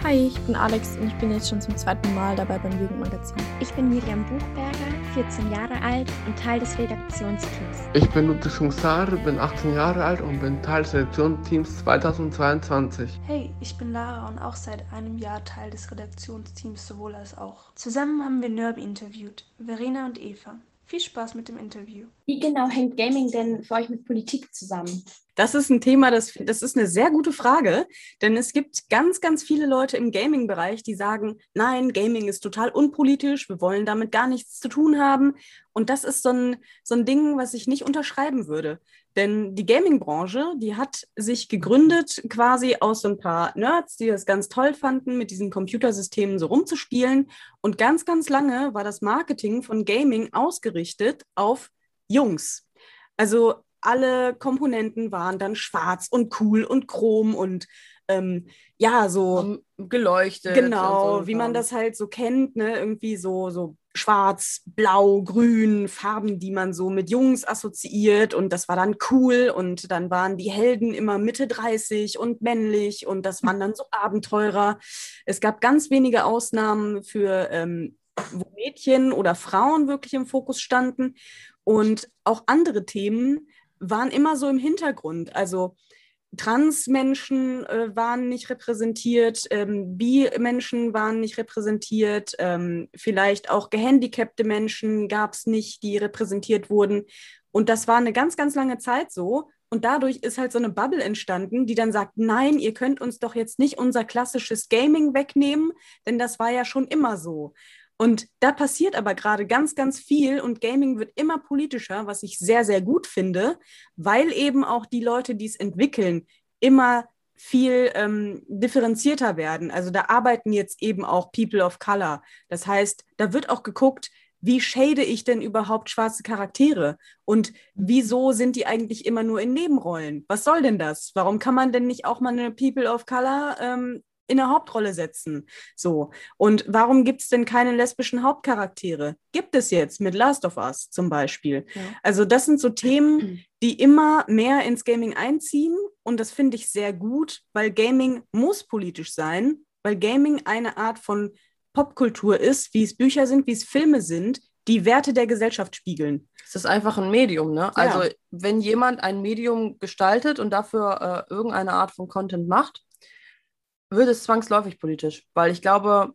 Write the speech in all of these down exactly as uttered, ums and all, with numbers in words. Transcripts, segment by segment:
Hi, ich bin Alex und ich bin jetzt schon zum zweiten Mal dabei beim Jugendmagazin. Ich bin Miriam Buchberger, vierzehn Jahre alt und Teil des Redaktionsteams. Ich bin Ludwig Schungsar, bin achtzehn Jahre alt und bin Teil des Redaktionsteams zweitausendzweiundzwanzig. Hey, ich bin Lara und auch seit einem Jahr Teil des Redaktionsteams sowohl als auch. Zusammen haben wir Nörbi interviewt, Verena und Eva. Viel Spaß mit dem Interview. Wie genau hängt Gaming denn für euch mit Politik zusammen? Das ist ein Thema, das, das ist eine sehr gute Frage, denn es gibt ganz, ganz viele Leute im Gaming-Bereich, die sagen, nein, Gaming ist total unpolitisch, wir wollen damit gar nichts zu tun haben. Und das ist so ein, so ein Ding, was ich nicht unterschreiben würde. Denn die Gaming-Branche, die hat sich gegründet quasi aus so ein paar Nerds, die das ganz toll fanden, mit diesen Computersystemen so rumzuspielen. Und ganz, ganz lange war das Marketing von Gaming ausgerichtet auf Jungs. Also alle Komponenten waren dann schwarz und cool und chrom und ähm, ja, so geleuchtet. Genau, so wie man das halt so kennt, ne? Irgendwie so, so schwarz, blau, grün, Farben, die man so mit Jungs assoziiert und das war dann cool und dann waren die Helden immer Mitte dreißig und männlich und das waren dann so Abenteurer. Es gab ganz wenige Ausnahmen für ähm, wo Mädchen oder Frauen wirklich im Fokus standen und auch andere Themen waren immer so im Hintergrund. Also Trans-Menschen äh, waren nicht repräsentiert, ähm, Bi-Menschen waren nicht repräsentiert, ähm, vielleicht auch gehandicapte Menschen gab es nicht, die repräsentiert wurden. Und das war eine ganz, ganz lange Zeit so. Und dadurch ist halt so eine Bubble entstanden, die dann sagt, nein, ihr könnt uns doch jetzt nicht unser klassisches Gaming wegnehmen, denn das war ja schon immer so. Und da passiert aber gerade ganz, ganz viel und Gaming wird immer politischer, was ich sehr, sehr gut finde, weil eben auch die Leute, die es entwickeln, immer viel ähm, differenzierter werden. Also da arbeiten jetzt eben auch People of Color. Das heißt, da wird auch geguckt, wie shade ich denn überhaupt schwarze Charaktere? Und wieso sind die eigentlich immer nur in Nebenrollen? Was soll denn das? Warum kann man denn nicht auch mal eine People of Color ähm, in eine Hauptrolle setzen. So. Und warum gibt es denn keine lesbischen Hauptcharaktere? Gibt es jetzt mit Last of Us zum Beispiel. Ja. Also das sind so Themen, die immer mehr ins Gaming einziehen und das finde ich sehr gut, weil Gaming muss politisch sein, weil Gaming eine Art von Popkultur ist, wie es Bücher sind, wie es Filme sind, die Werte der Gesellschaft spiegeln. Es ist einfach ein Medium, ne? Ja. Also wenn jemand ein Medium gestaltet und dafür äh, irgendeine Art von Content macht, wird es zwangsläufig politisch, weil ich glaube,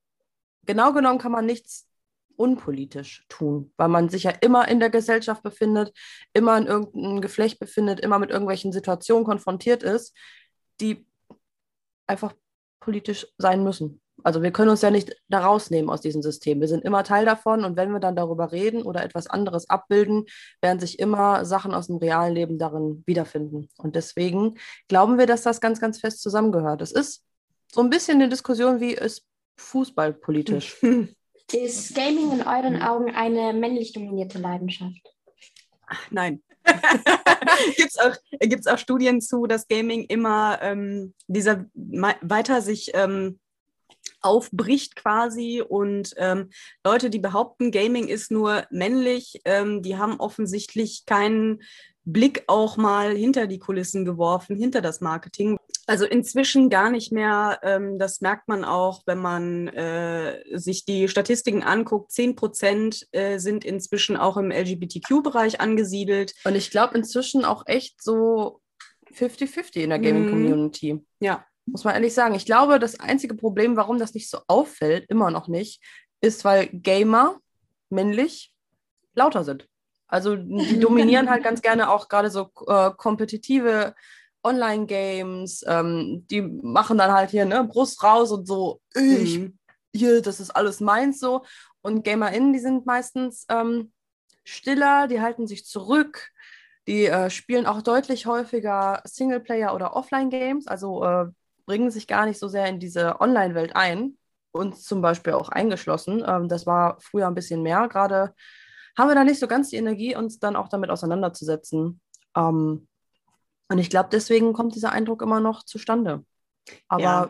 genau genommen kann man nichts unpolitisch tun, weil man sich ja immer in der Gesellschaft befindet, immer in irgendeinem Geflecht befindet, immer mit irgendwelchen Situationen konfrontiert ist, die einfach politisch sein müssen. Also wir können uns ja nicht da rausnehmen aus diesem System. Wir sind immer Teil davon und wenn wir dann darüber reden oder etwas anderes abbilden, werden sich immer Sachen aus dem realen Leben darin wiederfinden. Und deswegen glauben wir, dass das ganz, ganz fest zusammengehört. Es ist so ein bisschen eine Diskussion, wie ist Fußball politisch? Ist Gaming in euren Augen eine männlich dominierte Leidenschaft? Ach, nein. Gibt es auch, gibt's auch Studien zu, dass Gaming immer ähm, dieser weiter sich ähm, aufbricht quasi und ähm, Leute, die behaupten, Gaming ist nur männlich, ähm, die haben offensichtlich keinen Blick auch mal hinter die Kulissen geworfen, hinter das Marketing. Also inzwischen gar nicht mehr, ähm, das merkt man auch, wenn man äh, sich die Statistiken anguckt, zehn Prozent äh, sind inzwischen auch im L G B T Q-Bereich angesiedelt. Und ich glaube inzwischen auch echt so fifty fifty in der Gaming-Community. Mhm. Ja. Muss man ehrlich sagen. Ich glaube, das einzige Problem, warum das nicht so auffällt, immer noch nicht, ist, weil Gamer männlich lauter sind. Also die dominieren halt ganz gerne auch gerade so äh, kompetitive Online-Games. Ähm, die machen dann halt hier ne, Brust raus und so, ich, mhm. hier, das ist alles meins so. Und GamerInnen, die sind meistens ähm, stiller, die halten sich zurück. Die äh, spielen auch deutlich häufiger Singleplayer- oder Offline-Games, also äh, bringen sich gar nicht so sehr in diese Online-Welt ein, uns zum Beispiel auch eingeschlossen. Ähm, das war früher ein bisschen mehr. Gerade haben wir da nicht so ganz die Energie, uns dann auch damit auseinanderzusetzen. Ähm, und ich glaube, deswegen kommt dieser Eindruck immer noch zustande. Aber ja.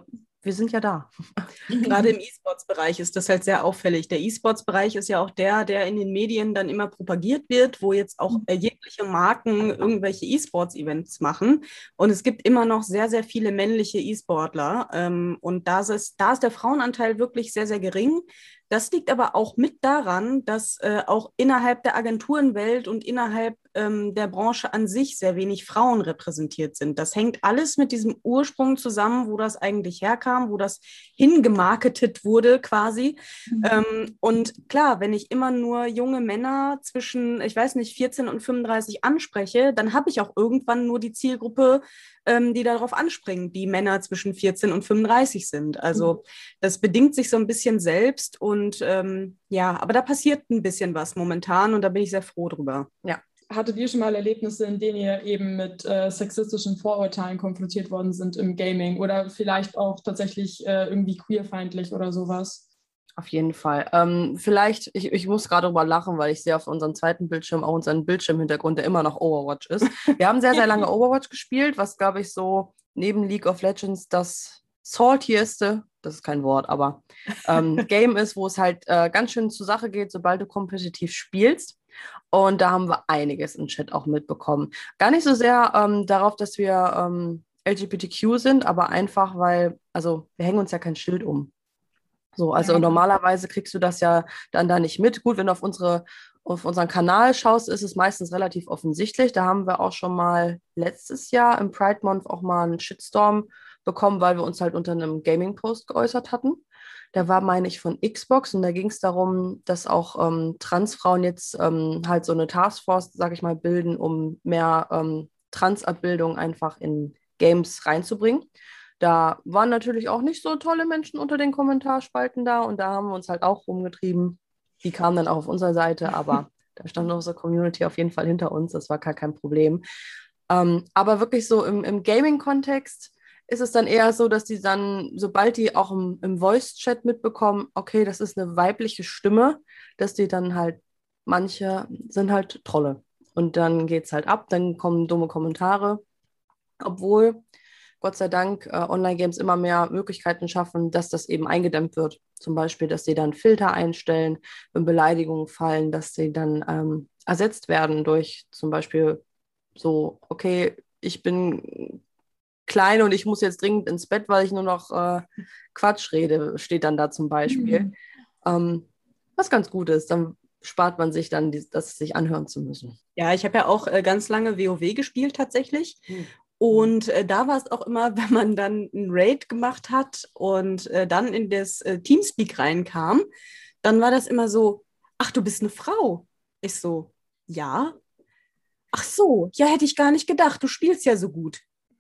wir sind ja da. Gerade im E-Sports-Bereich ist das halt sehr auffällig. Der E-Sports-Bereich ist ja auch der, der in den Medien dann immer propagiert wird, wo jetzt auch jegliche Marken irgendwelche E-Sports-Events machen. Und es gibt immer noch sehr, sehr viele männliche E-Sportler. Ähm, und da ist, da ist der Frauenanteil wirklich sehr, sehr gering. Das liegt aber auch mit daran, dass äh, auch innerhalb der Agenturenwelt und innerhalb ähm, der Branche an sich sehr wenig Frauen repräsentiert sind. Das hängt alles mit diesem Ursprung zusammen, wo das eigentlich herkam, wo das hingemarketet wurde quasi. Mhm. Ähm, und klar, wenn ich immer nur junge Männer zwischen, ich weiß nicht, vierzehn und fünfunddreißig anspreche, dann habe ich auch irgendwann nur die Zielgruppe, ähm, die darauf anspringen, die Männer zwischen vierzehn und fünfunddreißig sind. Also mhm. das bedingt sich so ein bisschen selbst und ähm, ja, aber da passiert ein bisschen was momentan und da bin ich sehr froh drüber. Ja. Hattet ihr schon mal Erlebnisse, in denen ihr eben mit äh, sexistischen Vorurteilen konfrontiert worden sind im Gaming oder vielleicht auch tatsächlich äh, irgendwie queerfeindlich oder sowas? Auf jeden Fall. Ähm, vielleicht, ich, ich muss gerade drüber lachen, weil ich sehe auf unserem zweiten Bildschirm auch unseren Bildschirmhintergrund, der immer noch Overwatch ist. Wir haben sehr, sehr lange Overwatch gespielt, was, glaube ich, so neben League of Legends das saltieste, das ist kein Wort, aber ähm, Game ist, wo es halt äh, ganz schön zur Sache geht, sobald du kompetitiv spielst. Und da haben wir einiges im Chat auch mitbekommen. Gar nicht so sehr ähm, darauf, dass wir ähm, L G B T Q sind, aber einfach, weil, also wir hängen uns ja kein Schild um. So, also ja. Normalerweise kriegst du das ja dann da nicht mit. Gut, wenn du auf, unsere, auf unseren Kanal schaust, ist es meistens relativ offensichtlich. Da haben wir auch schon mal letztes Jahr im Pride Month auch mal einen Shitstorm bekommen, weil wir uns halt unter einem Gaming-Post geäußert hatten. Der war, meine ich, von Xbox und da ging es darum, dass auch ähm, Transfrauen jetzt ähm, halt so eine Taskforce, sag ich mal, bilden, um mehr ähm, Transabbildung einfach in Games reinzubringen. Da waren natürlich auch nicht so tolle Menschen unter den Kommentarspalten da und da haben wir uns halt auch rumgetrieben. Die kamen dann auch auf unserer Seite, aber da stand unsere Community auf jeden Fall hinter uns, das war gar kein Problem. Ähm, aber wirklich so im, im Gaming-Kontext ist es dann eher so, dass die dann, sobald die auch im, im Voice-Chat mitbekommen, okay, das ist eine weibliche Stimme, dass die dann halt, manche sind halt Trolle. Und dann geht es halt ab, dann kommen dumme Kommentare, obwohl Gott sei Dank äh, Online-Games immer mehr Möglichkeiten schaffen, dass das eben eingedämmt wird. Zum Beispiel, dass sie dann Filter einstellen, wenn Beleidigungen fallen, dass sie dann ähm, ersetzt werden durch zum Beispiel so, okay, ich bin klein und ich muss jetzt dringend ins Bett, weil ich nur noch äh, Quatsch rede, steht dann da zum Beispiel. Mhm. Ähm, was ganz gut ist, dann spart man sich dann, die, das sich anhören zu müssen. Ja, ich habe ja auch äh, ganz lange WoW gespielt tatsächlich. Mhm. Und äh, da war es auch immer, wenn man dann einen Raid gemacht hat und äh, dann in das äh, Teamspeak reinkam, dann war das immer so, ach, du bist eine Frau. Ich so, ja. Ach so, ja, hätte ich gar nicht gedacht, du spielst ja so gut.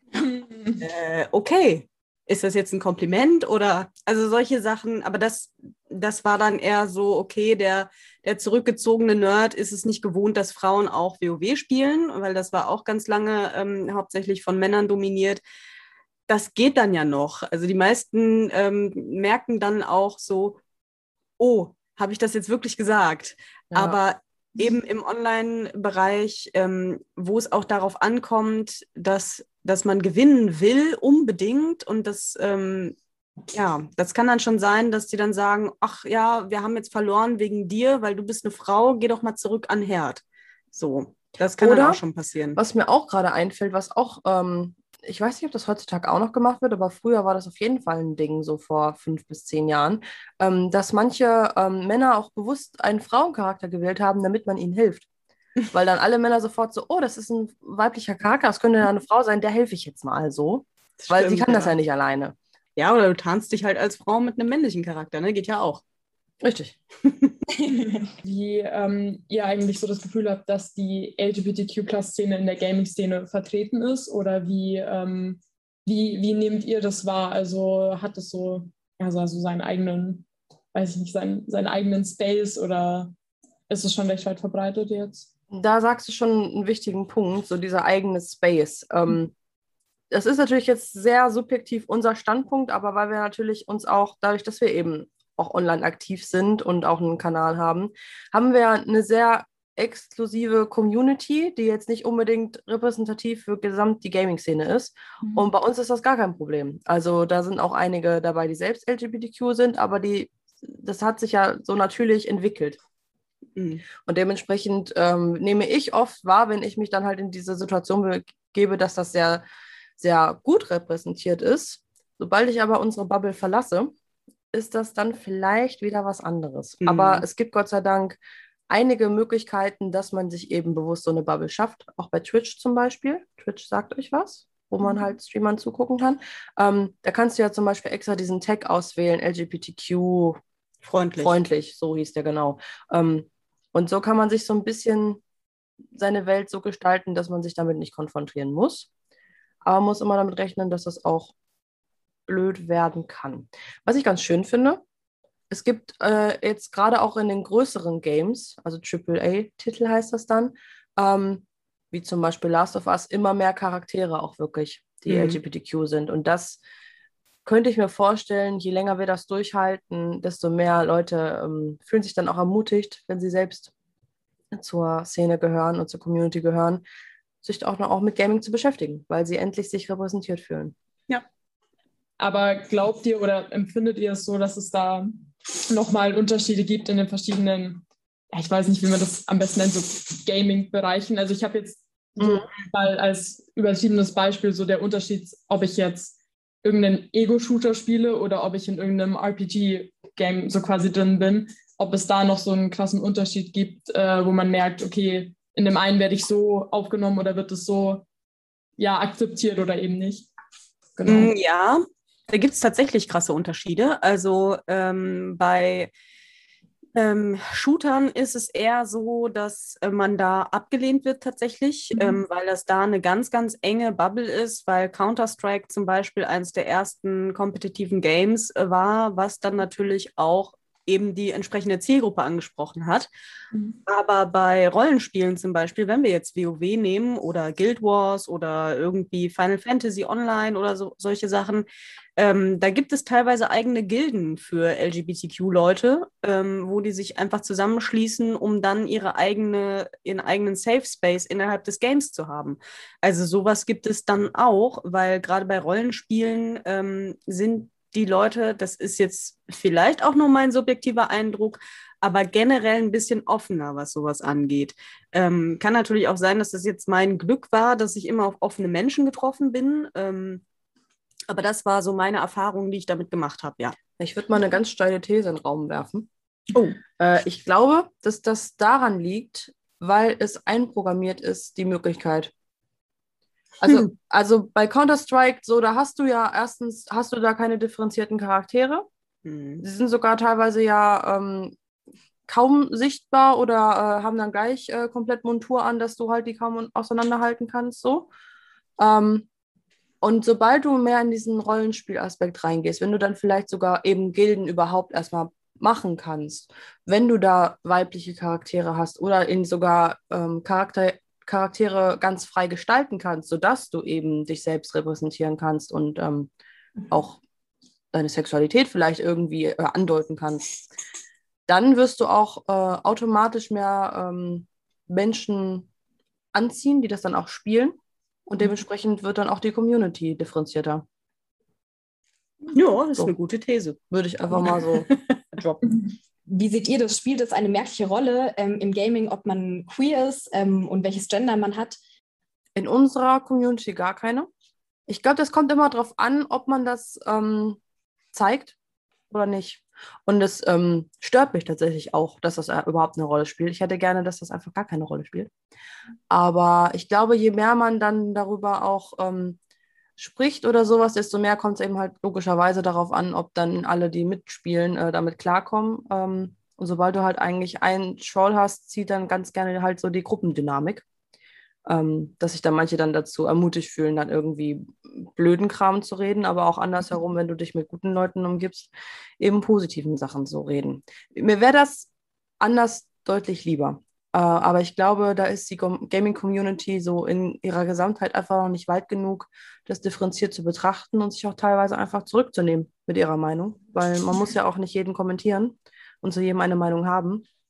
äh, okay, ist das jetzt ein Kompliment oder, also solche Sachen, aber das, das war dann eher so, okay, der, der zurückgezogene Nerd ist es nicht gewohnt, dass Frauen auch WoW spielen, weil das war auch ganz lange ähm, hauptsächlich von Männern dominiert. Das geht dann ja noch. Also die meisten ähm, merken dann auch so, oh, habe ich das jetzt wirklich gesagt? Ja. Aber eben im Online-Bereich, ähm, wo es auch darauf ankommt, dass, dass man gewinnen will, unbedingt. Und das, ähm, ja, das kann dann schon sein, dass die dann sagen, ach ja, wir haben jetzt verloren wegen dir, weil du bist eine Frau, geh doch mal zurück an Herd. So, das kann Oder, dann auch schon passieren. Was mir auch gerade einfällt, was auch, ähm, ich weiß nicht, ob das heutzutage auch noch gemacht wird, aber früher war das auf jeden Fall ein Ding, so vor fünf bis zehn Jahren, ähm, dass manche ähm, Männer auch bewusst einen Frauencharakter gewählt haben, damit man ihnen hilft. Weil dann alle Männer sofort so, oh, das ist ein weiblicher Charakter, das könnte ja eine Frau sein, der helfe ich jetzt mal so. Das weil stimmt, sie kann ja. das ja nicht alleine. Ja, oder du tarnst dich halt als Frau mit einem männlichen Charakter, ne? Geht ja auch. Richtig. Wie ähm, ihr eigentlich so das Gefühl habt, dass die L G B T Q Plus Szene in der Gaming-Szene vertreten ist oder wie, ähm, wie, wie nehmt ihr das wahr? Also hat es so, also, also seinen eigenen, weiß ich nicht, seinen, seinen eigenen Space oder ist es schon recht weit verbreitet jetzt? Da sagst du schon einen wichtigen Punkt, so dieser eigene Space. Ähm, das ist natürlich jetzt sehr subjektiv unser Standpunkt, aber weil wir natürlich uns auch, dadurch, dass wir eben auch online aktiv sind und auch einen Kanal haben, haben wir eine sehr exklusive Community, die jetzt nicht unbedingt repräsentativ für gesamt die Gaming-Szene ist. Mhm. Und bei uns ist das gar kein Problem. Also da sind auch einige dabei, die selbst L G B T Q sind, aber die, das hat sich ja so natürlich entwickelt. Mhm. Und dementsprechend ähm, nehme ich oft wahr, wenn ich mich dann halt in diese Situation begebe, dass das sehr, sehr gut repräsentiert ist. Sobald ich aber unsere Bubble verlasse, ist das dann vielleicht wieder was anderes. Mhm. Aber es gibt Gott sei Dank einige Möglichkeiten, dass man sich eben bewusst so eine Bubble schafft. Auch bei Twitch zum Beispiel. Twitch sagt euch was, wo man halt Streamern zugucken kann. Ähm, da kannst du ja zum Beispiel extra diesen Tag auswählen, L G B T Q freundlich. Freundlich, so hieß der genau. Ähm, und so kann man sich so ein bisschen seine Welt so gestalten, dass man sich damit nicht konfrontieren muss. Aber man muss immer damit rechnen, dass das auch blöd werden kann. Was ich ganz schön finde, es gibt äh, jetzt gerade auch in den größeren Games, also Triple A-Titel heißt das dann, ähm, wie zum Beispiel Last of Us, immer mehr Charaktere auch wirklich, die mhm. L G B T Q sind. Und das könnte ich mir vorstellen, je länger wir das durchhalten, desto mehr Leute ähm, fühlen sich dann auch ermutigt, wenn sie selbst zur Szene gehören und zur Community gehören, sich auch noch auch mit Gaming zu beschäftigen, weil sie endlich sich repräsentiert fühlen. Ja. Aber glaubt ihr oder empfindet ihr es so, dass es da nochmal Unterschiede gibt in den verschiedenen, ja, ich weiß nicht, wie man das am besten nennt, so Gaming-Bereichen? Also ich habe jetzt so mal als übertriebenes Beispiel so der Unterschied, ob ich jetzt irgendeinen Ego-Shooter spiele oder ob ich in irgendeinem R P G-Game so quasi drin bin, ob es da noch so einen krassen Unterschied gibt, äh, wo man merkt, okay, in dem einen werde ich so aufgenommen oder wird es so ja, akzeptiert oder eben nicht. Genau. Ja, da gibt es tatsächlich krasse Unterschiede. Also ähm, bei ähm, Shootern ist es eher so, dass äh, man da abgelehnt wird tatsächlich, mhm. ähm, weil das da eine ganz, ganz enge Bubble ist, weil Counter-Strike zum Beispiel eines der ersten kompetitiven Games äh, war, was dann natürlich auch eben die entsprechende Zielgruppe angesprochen hat. Mhm. Aber bei Rollenspielen zum Beispiel, wenn wir jetzt WoW nehmen oder Guild Wars oder irgendwie Final Fantasy Online oder so, solche Sachen, ähm, da gibt es teilweise eigene Gilden für L G B T Q-Leute, ähm, wo die sich einfach zusammenschließen, um dann ihre eigene, ihren eigenen Safe Space innerhalb des Games zu haben. Also sowas gibt es dann auch, weil gerade bei Rollenspielen ähm, sind die Leute, das ist jetzt vielleicht auch nur mein subjektiver Eindruck, aber generell ein bisschen offener, was sowas angeht. Ähm, kann natürlich auch sein, dass das jetzt mein Glück war, dass ich immer auf offene Menschen getroffen bin. Ähm, aber das war so meine Erfahrung, die ich damit gemacht habe, ja. Ich würde mal eine ganz steile These in den Raum werfen. Oh. Äh, ich glaube, dass das daran liegt, weil es einprogrammiert ist, die Möglichkeit. Also, hm. also bei Counter-Strike, so, da hast du ja erstens, hast du da keine differenzierten Charaktere. Hm. Sie sind sogar teilweise ja ähm, kaum sichtbar oder äh, haben dann gleich äh, komplett Montur an, dass du halt die kaum auseinanderhalten kannst, so. Ähm, und sobald du mehr in diesen Rollenspielaspekt reingehst, wenn du dann vielleicht sogar eben Gilden überhaupt erstmal machen kannst, wenn du da weibliche Charaktere hast oder in sogar ähm, Charakter Charaktere ganz frei gestalten kannst, sodass du eben dich selbst repräsentieren kannst und ähm, auch deine Sexualität vielleicht irgendwie äh, andeuten kannst, dann wirst du auch äh, automatisch mehr ähm, Menschen anziehen, die das dann auch spielen und dementsprechend wird dann auch die Community differenzierter. Ja, das ist so eine gute These. Würde ich einfach mal so droppen. Wie seht ihr das? Spielt es eine merkliche Rolle ähm, im Gaming, ob man queer ist ähm, und welches Gender man hat? In unserer Community gar keine. Ich glaube, das kommt immer darauf an, ob man das ähm, zeigt oder nicht. Und es ähm, stört mich tatsächlich auch, dass das äh, überhaupt eine Rolle spielt. Ich hätte gerne, dass das einfach gar keine Rolle spielt. Aber ich glaube, je mehr man dann darüber auch ähm, spricht oder sowas, desto mehr kommt es eben halt logischerweise darauf an, ob dann alle, die mitspielen, äh, damit klarkommen. Ähm, und sobald du halt eigentlich einen Troll hast, zieht dann ganz gerne halt so die Gruppendynamik. Ähm, dass sich dann manche dann dazu ermutigt fühlen, dann irgendwie blöden Kram zu reden, aber auch andersherum, wenn du dich mit guten Leuten umgibst, eben positiven Sachen so reden. Mir wäre das anders deutlich lieber. Uh, aber ich glaube, da ist die Gaming-Community so in ihrer Gesamtheit einfach noch nicht weit genug, das differenziert zu betrachten und sich auch teilweise einfach zurückzunehmen mit ihrer Meinung, weil man muss ja auch nicht jeden kommentieren und zu jedem eine Meinung haben.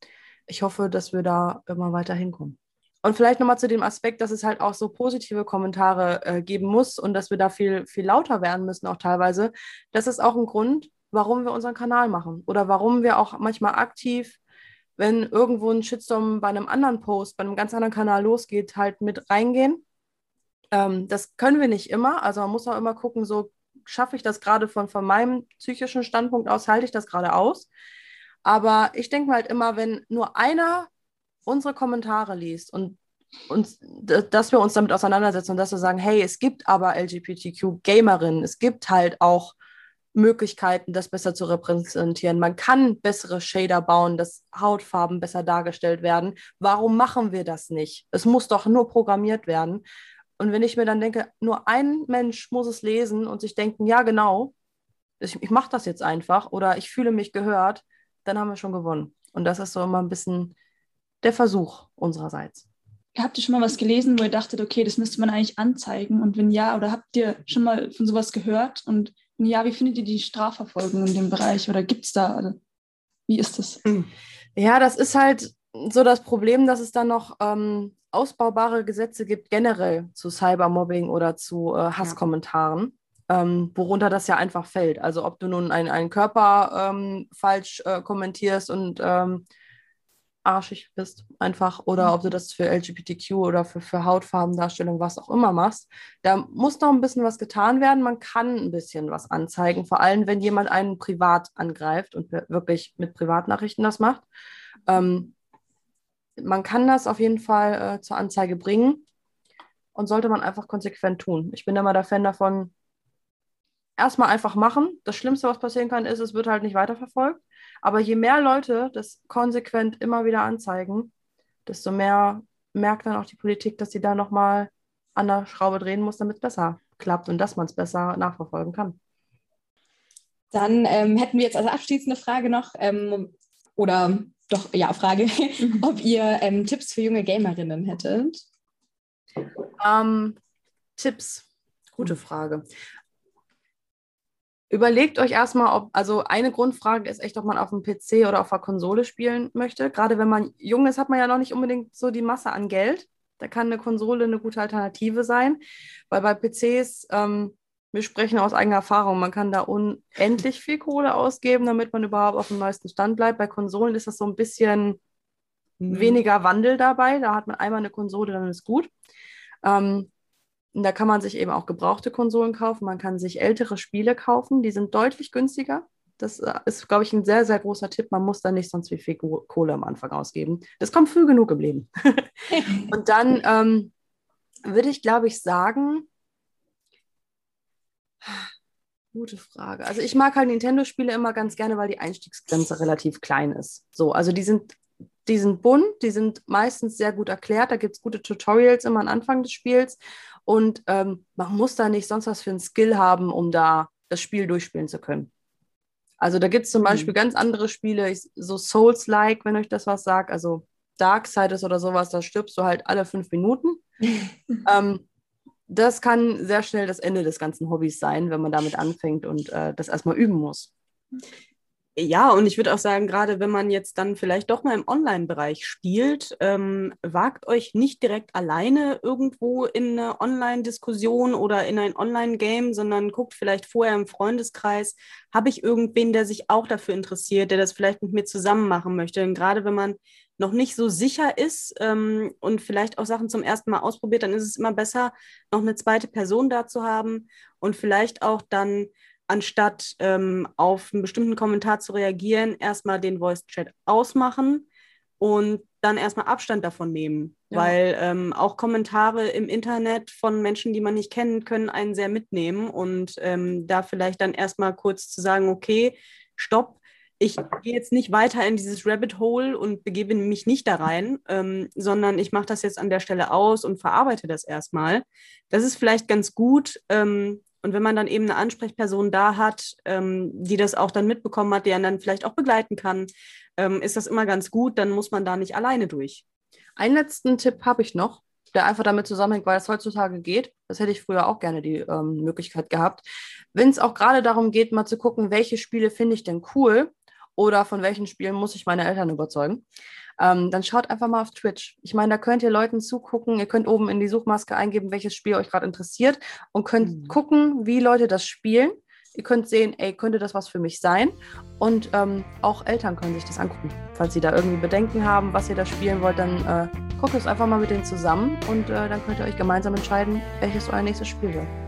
ich hoffe, dass wir da immer weiter hinkommen. Und vielleicht nochmal zu dem Aspekt, dass es halt auch so positive Kommentare äh, geben muss und dass wir da viel, viel lauter werden müssen, auch teilweise. Das ist auch ein Grund, warum wir unseren Kanal machen oder warum wir auch manchmal aktiv, wenn irgendwo ein Shitstorm bei einem anderen Post, bei einem ganz anderen Kanal losgeht, halt mit reingehen. Ähm, das können wir nicht immer. Also man muss auch immer gucken, so schaffe ich das gerade von, von meinem psychischen Standpunkt aus, halte ich das gerade aus. Aber ich denke mir halt immer, wenn nur einer unsere Kommentare liest und uns, dass wir uns damit auseinandersetzen und dass wir sagen, hey, es gibt aber L G B T Q-Gamerinnen, es gibt halt auch Möglichkeiten, das besser zu repräsentieren. Man kann bessere Shader bauen, dass Hautfarben besser dargestellt werden. Warum machen wir das nicht? Es muss doch nur programmiert werden. Und wenn ich mir dann denke, nur ein Mensch muss es lesen und sich denken, ja genau, ich, ich mache das jetzt einfach oder ich fühle mich gehört, dann haben wir schon gewonnen. Und das ist so immer ein bisschen der Versuch unsererseits. Habt ihr schon mal was gelesen, wo ihr dachtet, okay, das müsste man eigentlich anzeigen? Und wenn ja, oder habt ihr schon mal von sowas gehört? Und wenn ja, wie findet ihr die Strafverfolgung in dem Bereich? Oder gibt es da, also, wie ist das? Ja, das ist halt so das Problem, dass es dann noch ähm, ausbaubare Gesetze gibt, generell zu Cybermobbing oder zu äh, Hasskommentaren, ja. ähm, worunter das ja einfach fällt. Also ob du nun einen, einen Körper ähm, falsch äh, kommentierst und ähm, arschig bist einfach oder ob du das für L G B T Q oder für, für Hautfarbendarstellung, was auch immer machst. Da muss noch ein bisschen was getan werden. Man kann ein bisschen was anzeigen, vor allem wenn jemand einen privat angreift und wirklich mit Privatnachrichten das macht. Ähm, man kann das auf jeden Fall äh, zur Anzeige bringen und sollte man einfach konsequent tun. Ich bin immer der Fan davon, erstmal einfach machen. Das Schlimmste, was passieren kann, ist, es wird halt nicht weiterverfolgt. Aber je mehr Leute das konsequent immer wieder anzeigen, desto mehr merkt dann auch die Politik, dass sie da nochmal an der Schraube drehen muss, damit es besser klappt und dass man es besser nachverfolgen kann. Dann ähm, hätten wir jetzt als abschließende Frage noch, ähm, oder doch, ja, Frage, ob ihr ähm, Tipps für junge Gamerinnen hättet. Ähm, Tipps, gute Frage. Überlegt euch erstmal, ob, also eine Grundfrage ist echt, ob man auf dem P C oder auf der Konsole spielen möchte. Gerade wenn man jung ist, hat man ja noch nicht unbedingt so die Masse an Geld. Da kann eine Konsole eine gute Alternative sein, weil bei P Cs, ähm, wir sprechen aus eigener Erfahrung, man kann da unendlich viel Kohle ausgeben, damit man überhaupt auf dem neuesten Stand bleibt. Bei Konsolen ist das so ein bisschen mhm. weniger Wandel dabei. Da hat man einmal eine Konsole, dann ist gut. Ähm, Und da kann man sich eben auch gebrauchte Konsolen kaufen. Man kann sich ältere Spiele kaufen. Die sind deutlich günstiger. Das ist, glaube ich, ein sehr, sehr großer Tipp. Man muss da nicht sonst wie viel Kohle am Anfang ausgeben. Das kommt früh genug im Leben. Und dann ähm, würde ich, glaube ich, sagen, gute Frage. Also ich mag halt Nintendo-Spiele immer ganz gerne, weil die Einstiegsgrenze relativ klein ist. So, also die sind, die sind bunt, die sind meistens sehr gut erklärt. Da gibt es gute Tutorials immer am Anfang des Spiels. Und ähm, man muss da nicht sonst was für einen Skill haben, um da das Spiel durchspielen zu können. Also da gibt es zum mhm. Beispiel ganz andere Spiele, so Souls-like, wenn euch das was sagt, also Darksiders oder sowas, da stirbst du halt alle fünf Minuten. ähm, das kann sehr schnell das Ende des ganzen Hobbys sein, wenn man damit anfängt und äh, das erstmal üben muss. Ja, und ich würde auch sagen, gerade wenn man jetzt dann vielleicht doch mal im Online-Bereich spielt, ähm, wagt euch nicht direkt alleine irgendwo in eine Online-Diskussion oder in ein Online-Game, sondern guckt vielleicht vorher im Freundeskreis, habe ich irgendwen, der sich auch dafür interessiert, der das vielleicht mit mir zusammen machen möchte. Und gerade wenn man noch nicht so sicher ist ähm, und vielleicht auch Sachen zum ersten Mal ausprobiert, dann ist es immer besser, noch eine zweite Person da zu haben und vielleicht auch dann anstatt ähm, auf einen bestimmten Kommentar zu reagieren, erstmal den Voice-Chat ausmachen und dann erstmal Abstand davon nehmen. Ja. Weil ähm, auch Kommentare im Internet von Menschen, die man nicht kennt, können einen sehr mitnehmen und ähm, da vielleicht dann erstmal kurz zu sagen, okay, stopp, ich gehe jetzt nicht weiter in dieses Rabbit Hole und begebe mich nicht da rein, ähm, sondern ich mache das jetzt an der Stelle aus und verarbeite das erstmal. Das ist vielleicht ganz gut, ähm, und wenn man dann eben eine Ansprechperson da hat, ähm, die das auch dann mitbekommen hat, die einen dann vielleicht auch begleiten kann, ähm, ist das immer ganz gut, dann muss man da nicht alleine durch. Einen letzten Tipp habe ich noch, der einfach damit zusammenhängt, weil es heutzutage geht. Das hätte ich früher auch gerne die ähm, Möglichkeit gehabt. Wenn es auch gerade darum geht, mal zu gucken, welche Spiele finde ich denn cool oder von welchen Spielen muss ich meine Eltern überzeugen. ähm, dann schaut einfach mal auf Twitch. Ich meine, da könnt ihr Leuten zugucken. Ihr könnt oben in die Suchmaske eingeben, welches Spiel euch gerade interessiert und könnt mhm. gucken, wie Leute das spielen. Ihr könnt sehen, ey, könnte das was für mich sein? Und ähm, auch Eltern können sich das angucken. Falls sie da irgendwie Bedenken haben, was ihr da spielen wollt, dann äh, guckt es einfach mal mit denen zusammen und äh, dann könnt ihr euch gemeinsam entscheiden, welches euer nächstes Spiel wird.